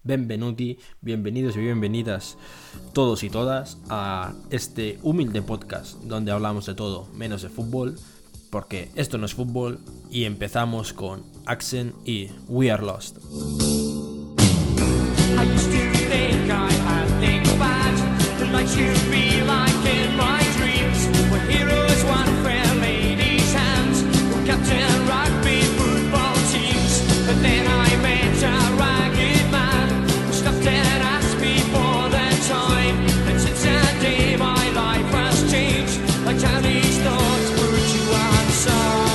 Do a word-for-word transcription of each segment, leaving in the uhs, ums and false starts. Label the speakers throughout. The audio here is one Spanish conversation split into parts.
Speaker 1: benvenuti, bienvenidos y bienvenidas todos y todas a este humilde podcast donde hablamos de todo menos de fútbol, porque esto no es fútbol, y empezamos con Accent y We Are Lost. I used to think I had things bad, the life should be like in my dreams, where heroes won fair ladies' hands, who captain rugby football teams. But then I met a ragged man who stopped and asked me for the time, and since that day my life has changed, like how these thoughts put you on side.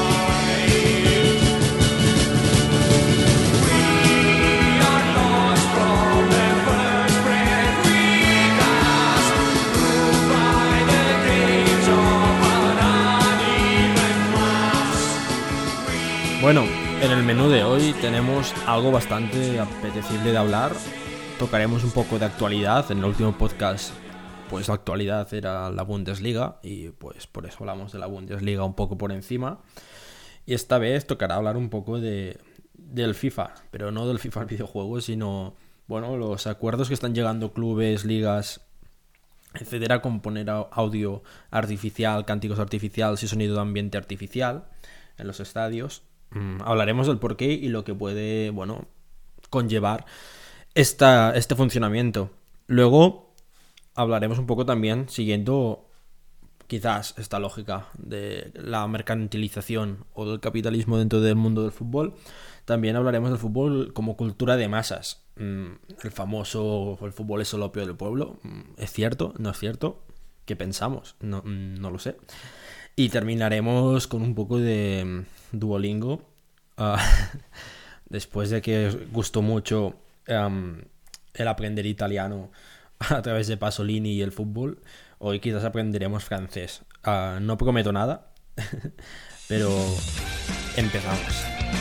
Speaker 1: Bueno, en el menú de hoy tenemos algo bastante apetecible de hablar. Tocaremos un poco de actualidad. En el último podcast, pues la actualidad era la Bundesliga y pues por eso hablamos de la Bundesliga un poco por encima. Y esta vez tocará hablar un poco de del FIFA, pero no del FIFA el videojuego, sino bueno, los acuerdos que están llegando clubes, ligas, etcétera, con poner audio artificial, cánticos artificiales y sonido de ambiente artificial en los estadios. Mm, hablaremos del porqué y lo que puede, bueno, conllevar esta, este funcionamiento. Luego hablaremos un poco también, siguiendo quizás esta lógica de la mercantilización o del capitalismo dentro del mundo del fútbol. También hablaremos del fútbol como cultura de masas. Mm, el famoso el fútbol es el opio del pueblo. Mm, ¿es cierto? ¿No es cierto? ¿Qué pensamos? No, mm, no lo sé. Y terminaremos con un poco de Duolingo. Uh, después de que os gustó mucho um, el aprender italiano a través de Pasolini y el fútbol, hoy quizás aprenderemos francés. Uh, no prometo nada, pero empezamos.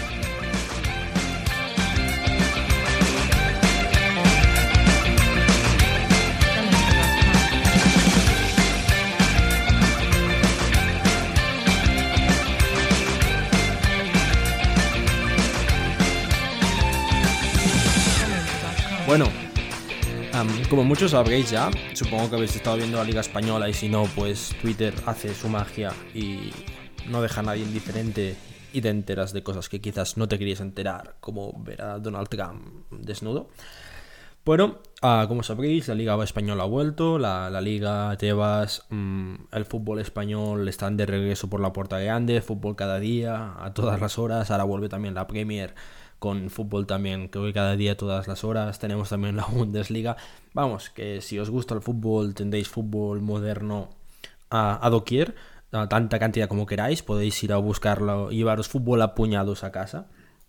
Speaker 1: Bueno, um, como muchos sabréis ya, supongo que habéis estado viendo la Liga Española y si no, pues Twitter hace su magia y no deja a nadie indiferente y te enteras de cosas que quizás no te querías enterar, como ver a Donald Trump desnudo. Bueno, uh, como sabréis, la Liga Española ha vuelto, la, la Liga Tebas, um, el fútbol español están de regreso por la puerta grande, fútbol cada día, a todas las horas, ahora vuelve también la Premier con fútbol también, creo que cada día, todas las horas. Tenemos también la Bundesliga. Vamos, que si os gusta el fútbol, tendréis fútbol moderno a, a doquier, a tanta cantidad como queráis. Podéis ir a buscarlo y llevaros fútbol a puñados a casa.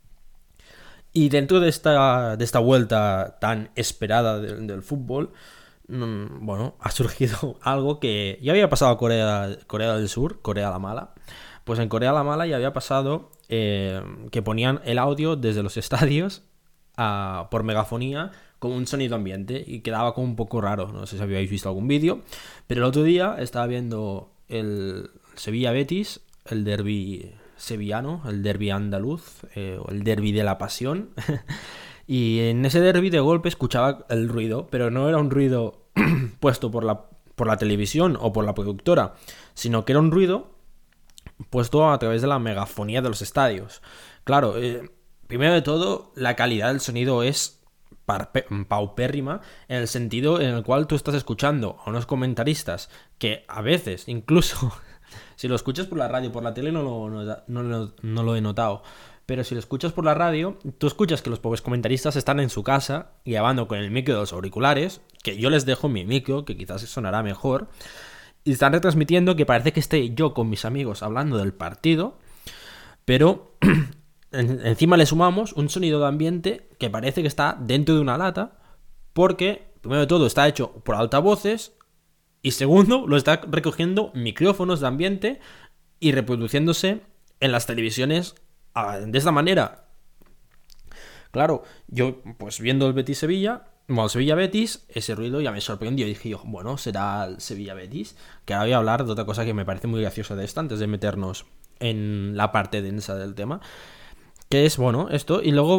Speaker 1: Y dentro de esta, de esta vuelta tan esperada del, del fútbol, mmm, bueno, ha surgido algo que ya había pasado a Corea, Corea del Sur, Corea la Mala. Pues en Corea la Mala ya había pasado eh, que ponían el audio desde los estadios a, por megafonía con un sonido ambiente y quedaba como un poco raro. No sé si habéis visto algún vídeo, pero el otro día estaba viendo el Sevilla-Betis, el derbi sevillano, el derbi andaluz, eh, o el derbi de la pasión. Y en ese derbi de golpe escuchaba el ruido, pero no era un ruido puesto por la, por la televisión o por la productora, sino que era un ruido puesto a través de la megafonía de los estadios. Claro, eh, primero de todo, la calidad del sonido es paupérrima en el sentido en el cual tú estás escuchando a unos comentaristas que a veces, incluso, si lo escuchas por la radio, por la tele no lo, no, no, no lo he notado, pero si lo escuchas por la radio, tú escuchas que los pobres comentaristas están en su casa grabando con el micro de los auriculares, que yo les dejo mi micro, que quizás sonará mejor, y están retransmitiendo que parece que esté yo con mis amigos hablando del partido, pero en, encima le sumamos un sonido de ambiente que parece que está dentro de una lata, porque, primero de todo, está hecho por altavoces, y segundo, lo está recogiendo micrófonos de ambiente y reproduciéndose en las televisiones de esta manera. Claro, yo pues viendo el Betis-Sevilla, bueno, Sevilla-Betis, ese ruido ya me sorprendió y dije yo, bueno, será el Sevilla-Betis, que ahora voy a hablar de otra cosa que me parece muy graciosa de esta, antes de meternos en la parte densa del tema, que es, bueno, esto, y luego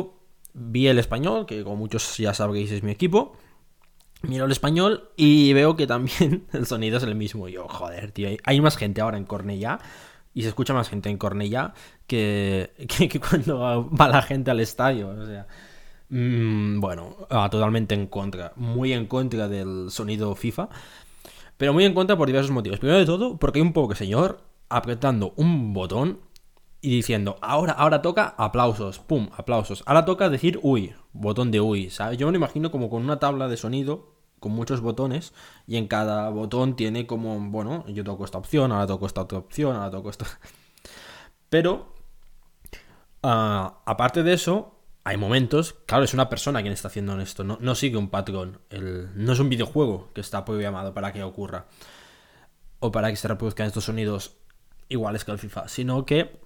Speaker 1: vi el Español, que como muchos ya sabréis es mi equipo. Miro el Español y veo que también el sonido es el mismo. Y yo, joder, tío, hay más gente ahora en Cornellá y se escucha más gente en Cornellá que, que, que cuando va la gente al estadio. O sea, mmm, bueno, ah, totalmente en contra, muy en contra del sonido FIFA, pero muy en contra por diversos motivos. Primero de todo, porque hay un poco señor apretando un botón y diciendo, ahora, ahora toca aplausos, pum, aplausos. Ahora toca decir uy, botón de uy, ¿sabes? Yo me lo imagino como con una tabla de sonido con muchos botones y en cada botón tiene como, bueno, yo toco esta opción, ahora toco esta otra opción, ahora toco esto. Pero, uh, aparte de eso, hay momentos, claro, es una persona quien está haciendo esto, no, no sigue un patrón, el, no es un videojuego que está programado para que ocurra o para que se reproduzcan estos sonidos iguales que el FIFA, sino que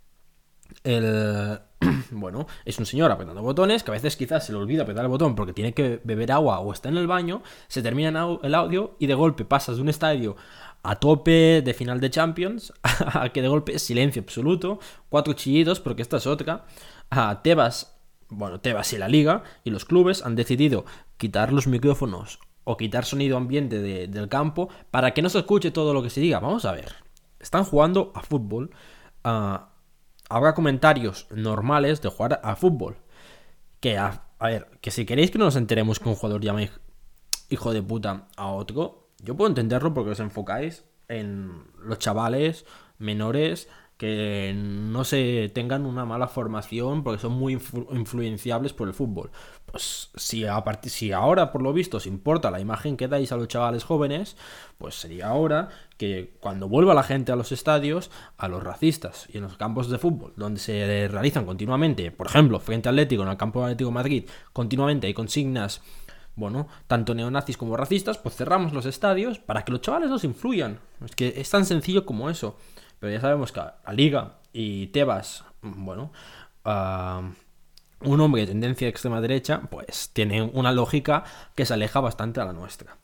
Speaker 1: el bueno, es un señor apretando botones que a veces quizás se le olvida apretar el botón porque tiene que beber agua o está en el baño, se termina el audio y de golpe pasas de un estadio a tope de final de Champions a que de golpe silencio absoluto, cuatro chillidos, porque esta es otra. A Tebas, bueno, Tebas y la Liga y los clubes han decidido quitar los micrófonos o quitar sonido ambiente de, del campo para que no se escuche todo lo que se diga. Vamos a ver, están jugando a fútbol, uh, habrá comentarios normales de jugar a fútbol. Que, a, a ver, que si queréis que no nos enteremos que un jugador llame hijo de puta a otro, yo puedo entenderlo porque os enfocáis en los chavales menores que no se tengan una mala formación porque son muy influ- influenciables por el fútbol. Pues si, a part- si ahora por lo visto os importa la imagen que dais a los chavales jóvenes, pues sería ahora que cuando vuelva la gente a los estadios, a los racistas y en los campos de fútbol donde se realizan continuamente, por ejemplo, frente al Atlético, en el campo del Atlético de Madrid, continuamente hay consignas, bueno, tanto neonazis como racistas, pues cerramos los estadios para que los chavales nos influyan. Es que es tan sencillo como eso. Pero ya sabemos que la Liga y Tebas, bueno, uh, un hombre de tendencia extrema derecha, pues tiene una lógica que se aleja bastante a la nuestra.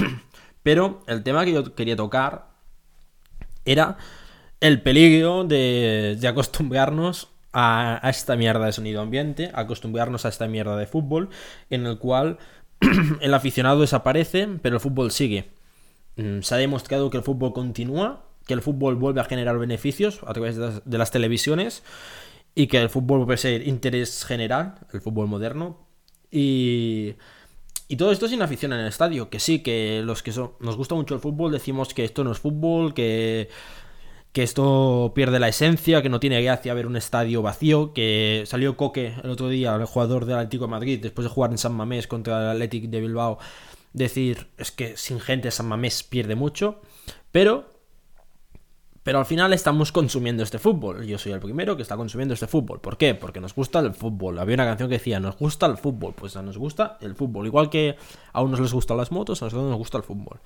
Speaker 1: Pero el tema que yo quería tocar era el peligro de, de acostumbrarnos a, a esta mierda de sonido ambiente, acostumbrarnos a esta mierda de fútbol, en el cual el aficionado desaparece, pero el fútbol sigue. Se ha demostrado que el fútbol continúa, que el fútbol vuelve a generar beneficios a través de las, de las televisiones y que el fútbol vuelve a ser interés general, el fútbol moderno. Y, y todo esto sin afición en el estadio, que sí, que los que son, nos gusta mucho el fútbol decimos que esto no es fútbol, que, que esto pierde la esencia, que no tiene gracia ver un estadio vacío, que salió Coque el otro día, el jugador del Atlético de Madrid, después de jugar en San Mamés contra el Athletic de Bilbao, decir, es que sin gente San Mamés pierde mucho, pero... Pero al final estamos consumiendo este fútbol. Yo soy el primero que está consumiendo este fútbol. ¿Por qué? Porque nos gusta el fútbol. Había una canción que decía, nos gusta el fútbol. Pues nos gusta el fútbol. Igual que a unos les gustan las motos, a nosotros nos gusta el fútbol.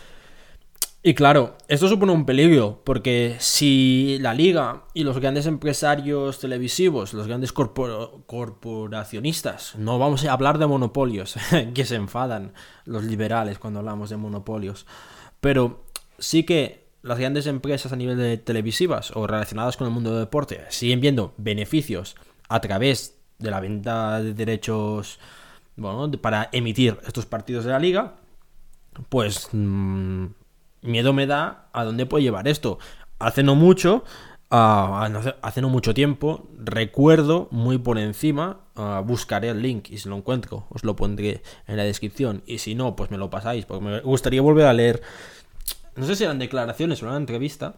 Speaker 1: Y claro, esto supone un peligro. Porque si la Liga y los grandes empresarios televisivos, los grandes corpor- corporacionistas, no vamos a hablar de monopolios, que se enfadan los liberales cuando hablamos de monopolios. Pero sí que las grandes empresas a nivel de televisivas o relacionadas con el mundo del deporte siguen viendo beneficios a través de la venta de derechos, bueno, para emitir estos partidos de la Liga, pues mmm, miedo me da a dónde puede llevar esto. Hace no mucho, uh, hace no mucho tiempo, recuerdo muy por encima, uh, buscaré el link y si lo encuentro os lo pondré en la descripción y si no, pues me lo pasáis, porque me gustaría volver a leer. No sé si eran declaraciones o una entrevista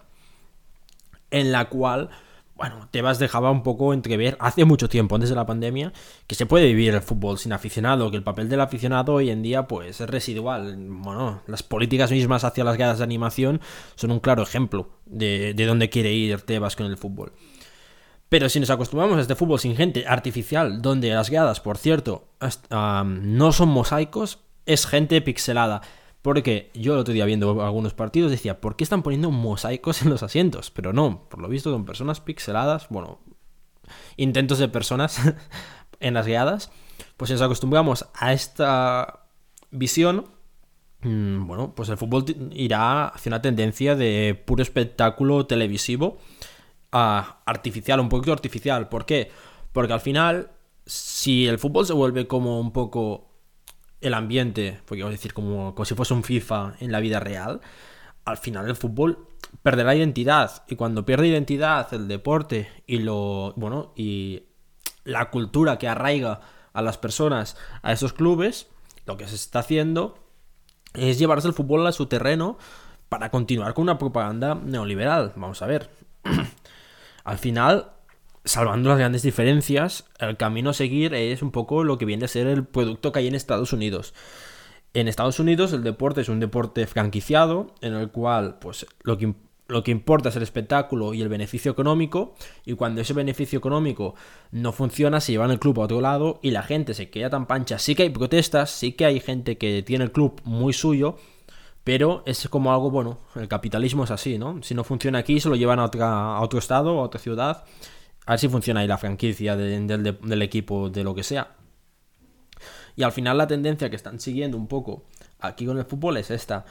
Speaker 1: en la cual, bueno, Tebas dejaba un poco entrever hace mucho tiempo, antes de la pandemia, que se puede vivir el fútbol sin aficionado, que el papel del aficionado hoy en día pues es residual. Bueno, las políticas mismas hacia las gradas de animación son un claro ejemplo de, de dónde quiere ir Tebas con el fútbol. Pero si nos acostumbramos a este fútbol sin gente artificial, donde las gradas, por cierto, um, no son mosaicos, es gente pixelada. Porque yo el otro día viendo algunos partidos decía, ¿por qué están poniendo mosaicos en los asientos? Pero no, por lo visto son personas pixeladas, bueno, intentos de personas en las gradas. Pues si nos acostumbramos a esta visión, mmm, bueno, pues el fútbol t- irá hacia una tendencia de puro espectáculo televisivo, uh, artificial, un poquito artificial. ¿Por qué? Porque al final si el fútbol se vuelve como un poco el ambiente, podríamos decir como, como si fuese un FIFA en la vida real, al final el fútbol perderá identidad. Y cuando pierde identidad el deporte y lo bueno y la cultura que arraiga a las personas a esos clubes, lo que se está haciendo es llevarse el fútbol a su terreno para continuar con una propaganda neoliberal. Vamos a ver. Al final, salvando las grandes diferencias, el camino a seguir es un poco lo que viene a ser el producto que hay en Estados Unidos. En Estados Unidos el deporte es un deporte franquiciado, en el cual pues lo que, lo que importa es el espectáculo y el beneficio económico, y cuando ese beneficio económico no funciona, se llevan el club a otro lado y la gente se queda tan pancha. Sí que hay protestas, sí que hay gente que tiene el club muy suyo, pero es como algo, bueno, el capitalismo es así, ¿no? Si no funciona aquí, se lo llevan a, otra, a otro estado, a otra ciudad, a ver si funciona ahí la franquicia de, de, de, del equipo, de lo que sea. Y al final la tendencia que están siguiendo un poco aquí con el fútbol es esta.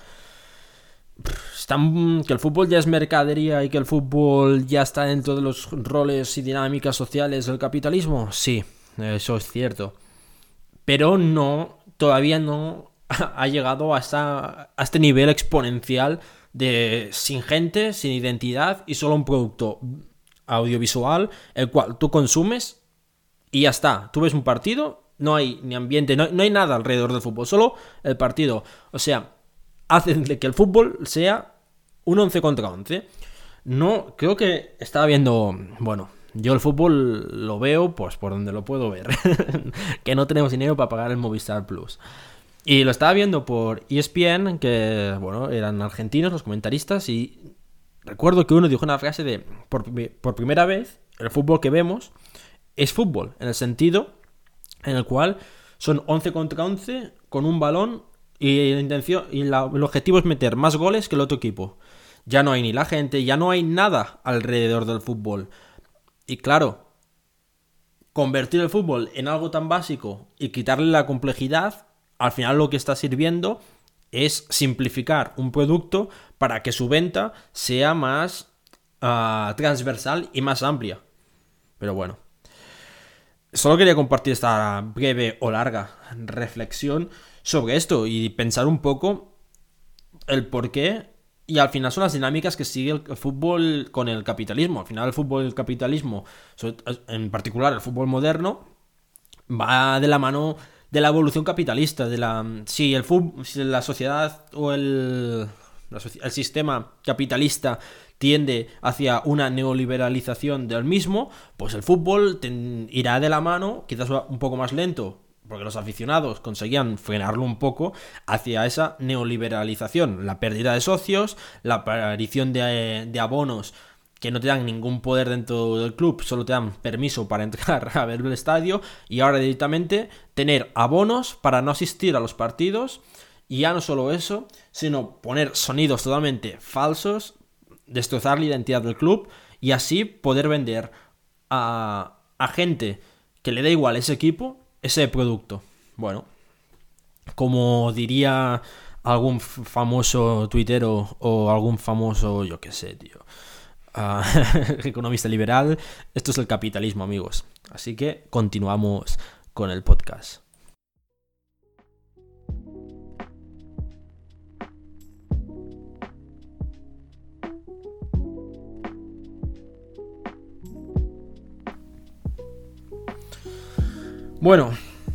Speaker 1: Están, que el fútbol ya es mercadería y que el fútbol ya está dentro de los roles y dinámicas sociales del capitalismo. Sí, eso es cierto. Pero no, todavía no ha llegado a, esta, a este nivel exponencial de sin gente, sin identidad y solo un producto audiovisual el cual tú consumes y ya está. Tú ves un partido, no hay ni ambiente, no, no hay nada alrededor del fútbol, solo el partido. O sea, hacen de que el fútbol sea un once contra once. No, creo que estaba viendo, bueno, yo el fútbol lo veo pues por donde lo puedo ver, que no tenemos dinero para pagar el Movistar Plus. Y lo estaba viendo por E S P N, que, bueno, eran argentinos los comentaristas, y recuerdo que uno dijo una frase de, por, por primera vez, el fútbol que vemos es fútbol, en el sentido en el cual son once contra once con un balón y la intención y la, el objetivo es meter más goles que el otro equipo. Ya no hay ni la gente, ya no hay nada alrededor del fútbol. Y claro, convertir el fútbol en algo tan básico y quitarle la complejidad, al final lo que está sirviendo es simplificar un producto para que su venta sea más uh, transversal y más amplia. Pero bueno, solo quería compartir esta breve o larga reflexión sobre esto y pensar un poco el por qué, y al final son las dinámicas que sigue el fútbol con el capitalismo. Al final el fútbol y el capitalismo, en particular el fútbol moderno, va de la mano de la evolución capitalista, de la si el fútbol, si la sociedad o el, el sistema capitalista tiende hacia una neoliberalización del mismo, pues el fútbol ten, irá de la mano, quizás un poco más lento, porque los aficionados conseguían frenarlo un poco, hacia esa neoliberalización, la pérdida de socios, la aparición de, de abonos que no te dan ningún poder dentro del club, solo te dan permiso para entrar a ver el estadio, y ahora directamente tener abonos para no asistir a los partidos, y ya no solo eso, sino poner sonidos totalmente falsos, destrozar la identidad del club y así poder vender a, a gente que le da igual ese equipo, ese producto. Bueno, como diría algún famoso tuitero o algún famoso, yo qué sé, tío, Uh, economista liberal, esto es el capitalismo, amigos. Así que continuamos con el podcast. Bueno,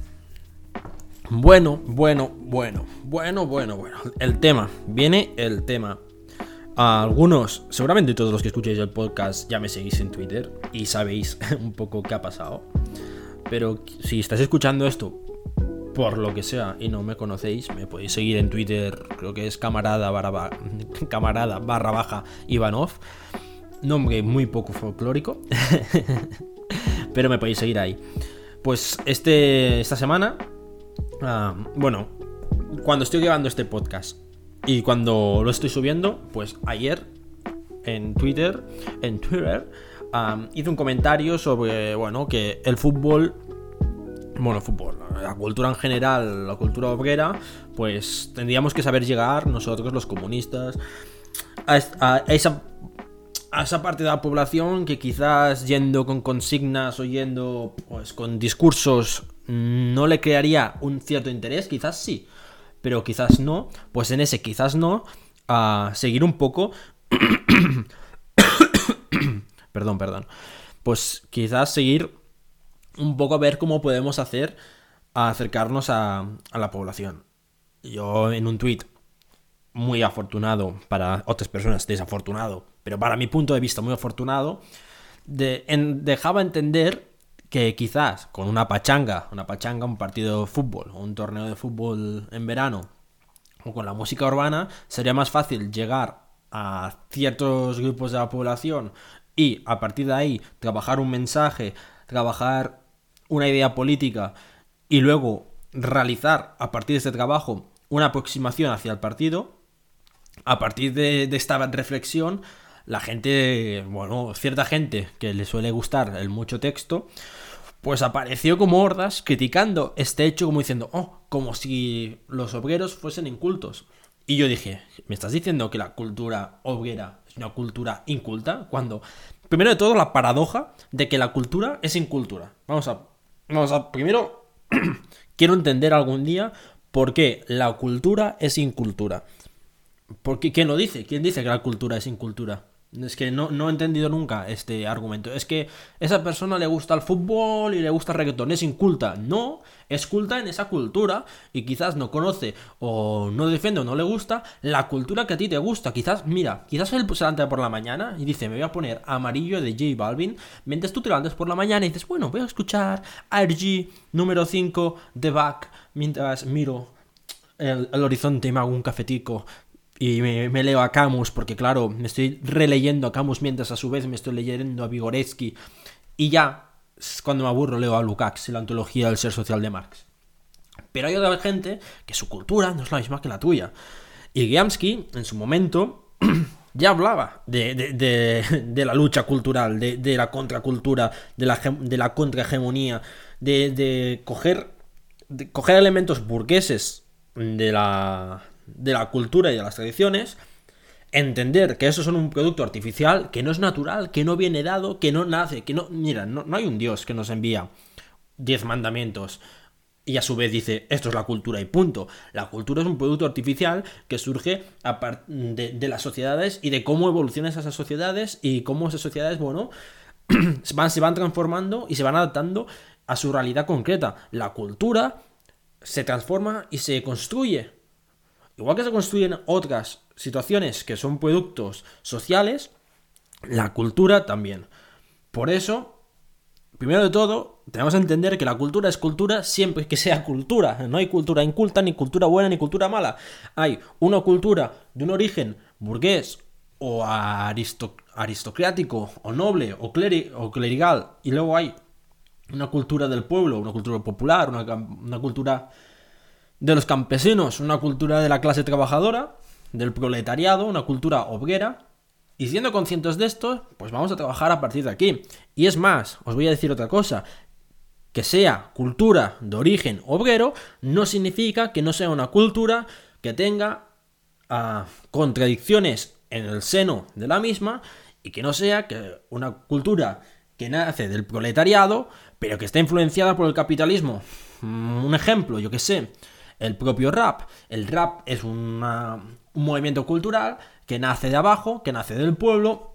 Speaker 1: bueno, bueno, bueno, bueno, bueno, bueno. El tema, viene el tema. A algunos, seguramente todos los que escuchéis el podcast ya me seguís en Twitter y sabéis un poco qué ha pasado. Pero si estáis escuchando esto por lo que sea y no me conocéis, me podéis seguir en Twitter, creo que es camarada barra, camarada barra baja Ivanov. Nombre muy poco folclórico, pero me podéis seguir ahí. Pues este esta semana, uh, bueno, cuando estoy grabando este podcast y cuando lo estoy subiendo, pues ayer en Twitter, en Twitter, um, hice un comentario sobre, bueno, que el fútbol, bueno, fútbol, la cultura en general, la cultura obrera, pues tendríamos que saber llegar nosotros los comunistas a, a esa a esa parte de la población que quizás yendo con consignas o yendo pues con discursos no le crearía un cierto interés, quizás sí, pero quizás no, pues en ese quizás no, a seguir un poco, perdón, perdón, pues quizás seguir un poco a ver cómo podemos hacer a acercarnos a, a la población. Yo en un tuit muy afortunado, para otras personas desafortunado, pero para mi punto de vista muy afortunado, de, en, dejaba entender que quizás con una pachanga, una pachanga, un partido de fútbol o un torneo de fútbol en verano o con la música urbana sería más fácil llegar a ciertos grupos de la población y a partir de ahí trabajar un mensaje, trabajar una idea política y luego realizar a partir de este trabajo una aproximación hacia el partido. A partir de, de esta reflexión, la gente, bueno, cierta gente que le suele gustar el mucho texto, pues apareció como hordas criticando este hecho, como diciendo, oh, como si los obreros fuesen incultos. Y yo dije, ¿me estás diciendo que la cultura obrera es una cultura inculta? Cuando, primero de todo, la paradoja de que la cultura es incultura. Vamos a, vamos a, primero, quiero entender algún día por qué la cultura es incultura. Porque, ¿quién lo dice? ¿Quién dice que la cultura es incultura? Es que no, no he entendido nunca este argumento. Es que esa persona le gusta el fútbol y le gusta el reggaetón. ¿Es inculta? No, es culta en esa cultura y quizás no conoce o no defiende o no le gusta la cultura que a ti te gusta. Quizás, mira, quizás él se levanta por la mañana y dice, me voy a poner Amarillo de J Balvin. Mientras tú te levantas por la mañana y dices, bueno, voy a escuchar R G número cinco de Back mientras miro el, el horizonte y me hago un cafetico. Y me, me leo a Camus, porque claro, me estoy releyendo a Camus mientras a su vez me estoy leyendo a Vygotsky. Y ya, cuando me aburro, leo a Lukács, la antología del ser social de Marx. Pero hay otra gente que su cultura no es la misma que la tuya. Y Gramsci, en su momento, ya hablaba de, de, de, de la lucha cultural, de, de la contracultura, de la, de la contrahegemonía, de, de, coger, de coger elementos burgueses de la... de la cultura y de las tradiciones, entender que esos son un producto artificial, que no es natural, que no viene dado, que no nace, que no... Mira, no, no hay un Dios que nos envía diez mandamientos y a su vez dice, esto es la cultura y punto. La cultura es un producto artificial que surge a par- de, de las sociedades y de cómo evolucionan esas sociedades y cómo esas sociedades, bueno, se van, se van transformando y se van adaptando a su realidad concreta. La cultura se transforma y se construye. Igual que se construyen otras situaciones que son productos sociales, la cultura también. Por eso, primero de todo, tenemos que entender que la cultura es cultura siempre que sea cultura. No hay cultura inculta, ni cultura buena, ni cultura mala. Hay una cultura de un origen burgués o aristo- aristocrático o noble o, cleri- o clerical, y luego hay una cultura del pueblo, una cultura popular, una, una cultura de los campesinos, una cultura de la clase trabajadora, del proletariado, una cultura obrera. Y siendo conscientes de esto, pues vamos a trabajar a partir de aquí. Y es más, os voy a decir otra cosa. Que sea cultura de origen obrero no significa que no sea una cultura que tenga uh, contradicciones en el seno de la misma y que no sea que una cultura que nace del proletariado pero que está influenciada por el capitalismo. Un ejemplo, yo que sé, el propio rap. El rap es una, un movimiento cultural que nace de abajo, que nace del pueblo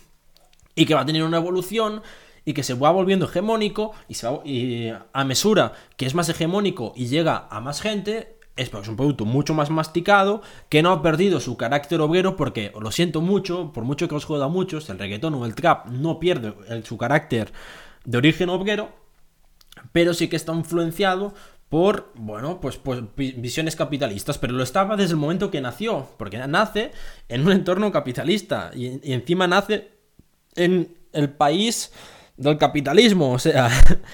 Speaker 1: y que va a tener una evolución y que se va volviendo hegemónico y, se va, y a mesura que es más hegemónico y llega a más gente, es porque es un producto mucho más masticado, que no ha perdido su carácter obrero, porque, lo siento mucho, por mucho que os joda a muchos, el reggaetón o el trap no pierde el, su carácter de origen obrero, pero sí que está influenciado por, bueno, pues, pues visiones capitalistas, pero lo estaba desde el momento que nació, porque nace en un entorno capitalista y, y encima nace en el país del capitalismo, o sea,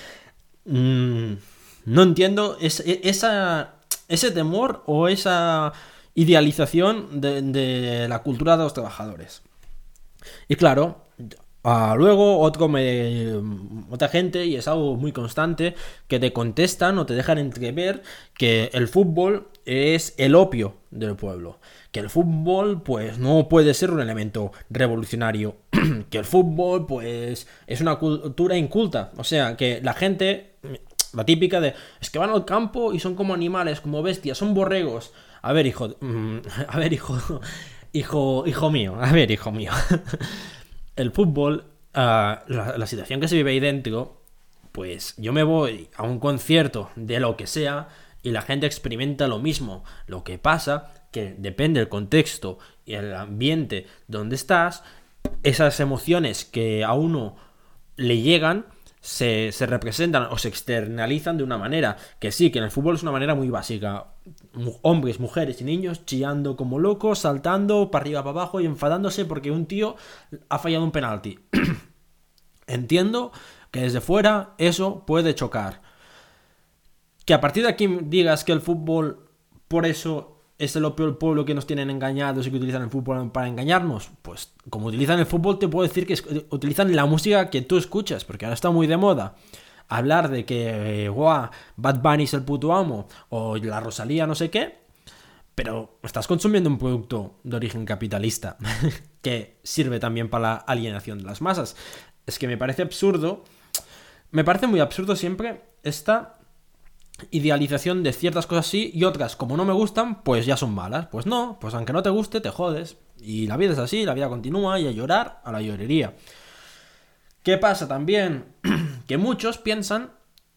Speaker 1: mmm, no entiendo es, esa, ese temor o esa idealización de, de la cultura de los trabajadores. Y claro, Ah, luego otro me, otra gente, y es algo muy constante, que te contestan o te dejan entrever que el fútbol es el opio del pueblo, que el fútbol pues no puede ser un elemento revolucionario, que el fútbol pues es una cultura inculta, o sea, que la gente, la típica de, es que van al campo y son como animales, como bestias, son borregos. A ver, hijo, a ver, hijo, hijo, hijo mío, a ver, hijo mío. El fútbol, uh, la, la situación que se vive ahí dentro, pues yo me voy a un concierto de lo que sea y la gente experimenta lo mismo. Lo que pasa que depende del contexto y el ambiente donde estás, esas emociones que a uno le llegan se, se representan o se externalizan de una manera que sí, que en el fútbol es una manera muy básica. Hombres, mujeres y niños chillando como locos, saltando para arriba, para abajo y enfadándose porque un tío ha fallado un penalti. Entiendo que desde fuera eso puede chocar. Que a partir de aquí digas que el fútbol, por eso es el opio del pueblo, que nos tienen engañados y que utilizan el fútbol para engañarnos, pues como utilizan el fútbol te puedo decir que es, utilizan la música que tú escuchas, porque ahora está muy de moda hablar de que, eh, guau, Bad Bunny es el puto amo, o la Rosalía no sé qué, pero estás consumiendo un producto de origen capitalista que sirve también para la alienación de las masas. Es que me parece absurdo, me parece muy absurdo siempre esta idealización de ciertas cosas sí y otras, como no me gustan, pues ya son malas. Pues no, pues aunque no te guste, te jodes. Y la vida es así, la vida continúa y a llorar a la llorería. ¿Qué pasa también? Que muchos piensan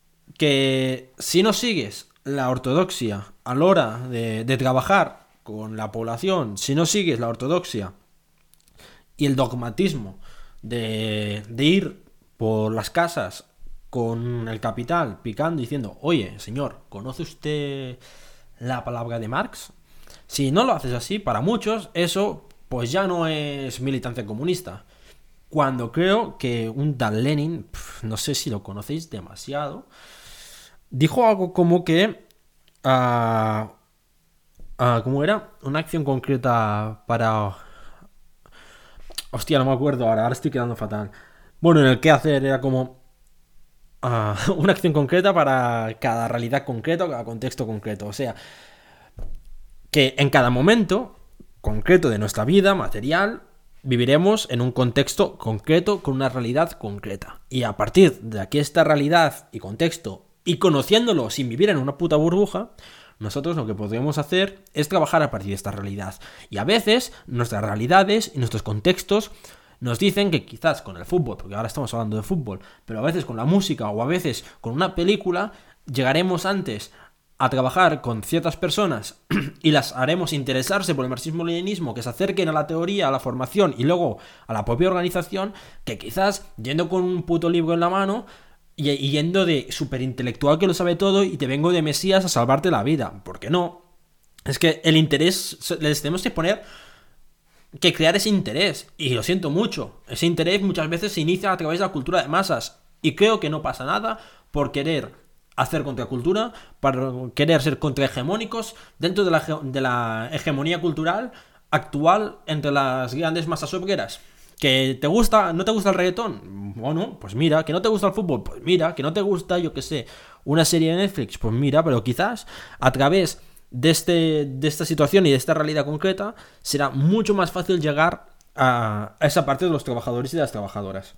Speaker 1: que si no sigues la ortodoxia a la hora de, de trabajar con la población, si no sigues la ortodoxia y el dogmatismo de, de ir por las casas con el capital picando diciendo, oye, señor, ¿conoce usted la palabra de Marx? Si no lo haces así, para muchos eso pues ya no es militancia comunista. Cuando creo que un tal Lenin, pf, no sé si lo conocéis demasiado, dijo algo como que uh, uh, ¿cómo era? Una acción concreta para... Hostia, no me acuerdo ahora, ahora estoy quedando fatal. Bueno, en el qué hacer era como uh, una acción concreta para cada realidad concreta, cada contexto concreto. O sea, que en cada momento concreto de nuestra vida material viviremos en un contexto concreto con una realidad concreta. Y a partir de aquí esta realidad y contexto, y conociéndolo sin vivir en una puta burbuja, nosotros lo que podemos hacer es trabajar a partir de esta realidad. Y a veces nuestras realidades y nuestros contextos nos dicen que quizás con el fútbol, porque ahora estamos hablando de fútbol, pero a veces con la música o a veces con una película, llegaremos antes a trabajar con ciertas personas y las haremos interesarse por el marxismo-leninismo, que se acerquen a la teoría, a la formación y luego a la propia organización, que quizás yendo con un puto libro en la mano y, y yendo de superintelectual que lo sabe todo y te vengo de Mesías a salvarte la vida. ¿Por qué no? Es que el interés, les tenemos que poner, que crear ese interés, y lo siento mucho, ese interés muchas veces se inicia a través de la cultura de masas, y creo que no pasa nada por querer hacer contracultura, para querer ser contrahegemónicos dentro de la, de la hegemonía cultural actual entre las grandes masas obreras. ¿Que te gusta, no te gusta el reggaetón? Bueno, pues mira. ¿Que no te gusta el fútbol? Pues mira. ¿Que no te gusta, yo qué sé, una serie de Netflix? Pues mira, pero quizás a través de, este, de esta situación y de esta realidad concreta será mucho más fácil llegar a, a esa parte de los trabajadores y de las trabajadoras.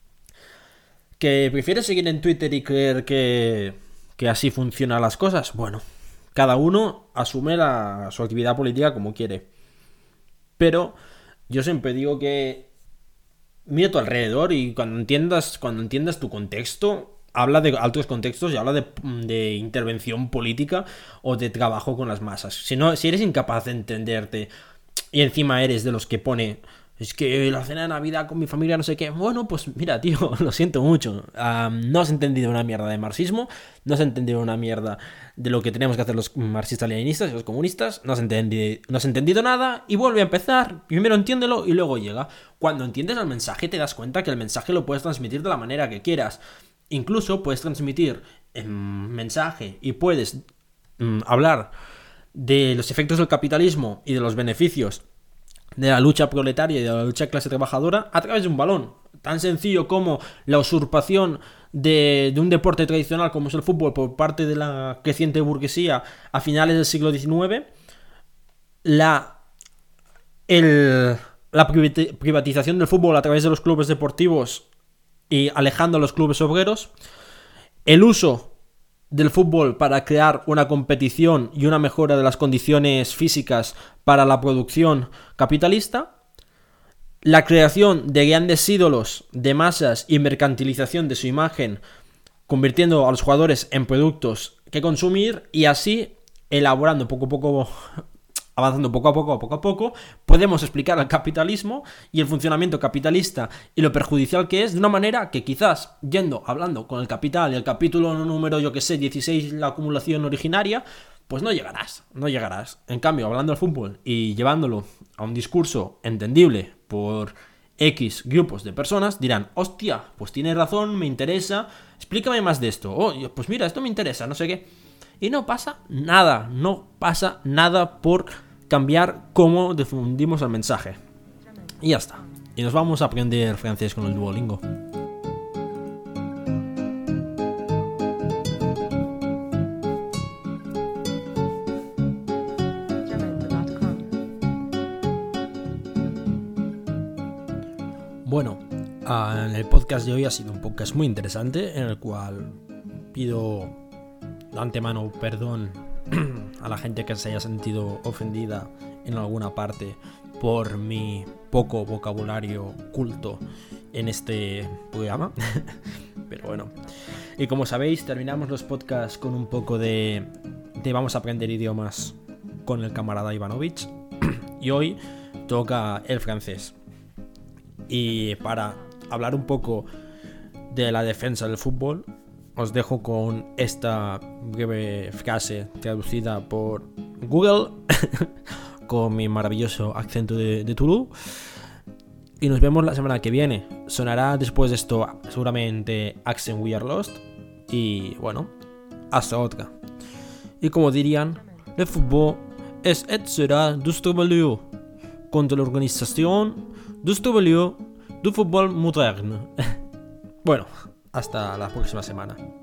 Speaker 1: ¿Que prefieres seguir en Twitter y creer que, que así funcionan las cosas? Bueno, cada uno asume la, su actividad política como quiere. Pero yo siempre digo que mira a tu alrededor y cuando entiendas, cuando entiendas tu contexto, habla de altos contextos y habla de, de intervención política o de trabajo con las masas. Si, no, si eres incapaz de entenderte y encima eres de los que pone... Es que la cena de Navidad con mi familia no sé qué. Bueno, pues mira, tío, lo siento mucho. Um, no has entendido una mierda de marxismo. No has entendido una mierda de lo que tenemos que hacer los marxistas-leninistas y los comunistas. No has, entendi- no has entendido nada y vuelve a empezar. Primero entiéndelo y luego llega. Cuando entiendes el mensaje te das cuenta que el mensaje lo puedes transmitir de la manera que quieras. Incluso puedes transmitir el mensaje y puedes um, hablar de los efectos del capitalismo y de los beneficios de la lucha proletaria y de la lucha de clase trabajadora a través de un balón. Tan sencillo como la usurpación de, de un deporte tradicional como es el fútbol por parte de la creciente burguesía a finales del siglo diecinueve, la, el, la privatización del fútbol a través de los clubes deportivos y alejando a los clubes obreros, el uso del fútbol para crear una competición y una mejora de las condiciones físicas para la producción capitalista, la creación de grandes ídolos de masas y mercantilización de su imagen, convirtiendo a los jugadores en productos que consumir y así elaborando poco a poco, avanzando poco a poco, poco a poco, podemos explicar el capitalismo y el funcionamiento capitalista y lo perjudicial que es de una manera que quizás, yendo, hablando con el capital y el capítulo número, yo que sé, dieciséis, la acumulación originaria, pues no llegarás, no llegarás. En cambio, hablando del fútbol y llevándolo a un discurso entendible por X grupos de personas, dirán, hostia, pues tienes razón, me interesa, explícame más de esto. Oh, pues mira, esto me interesa, no sé qué. Y no pasa nada, no pasa nada por cambiar cómo difundimos el mensaje. Y ya está. Y nos vamos a aprender francés con el Duolingo. Bueno, uh, en el podcast de hoy ha sido un podcast muy interesante en el cual pido de antemano perdón a la gente que se haya sentido ofendida en alguna parte por mi poco vocabulario culto en este programa. Pero bueno, y como sabéis, terminamos los podcasts con un poco de, de vamos a aprender idiomas con el camarada Ivanovich. Y hoy toca el francés. Y para hablar un poco de la defensa del fútbol, os dejo con esta breve frase traducida por Google con mi maravilloso acento de, de Toulouse. Y nos vemos la semana que viene. Sonará después de esto seguramente Accent We Are Lost. Y bueno, hasta otra. Y como dirían, le fútbol es et sera nuestro valor contra la organización nuestro valor du fútbol moderno. Bueno, hasta la próxima semana.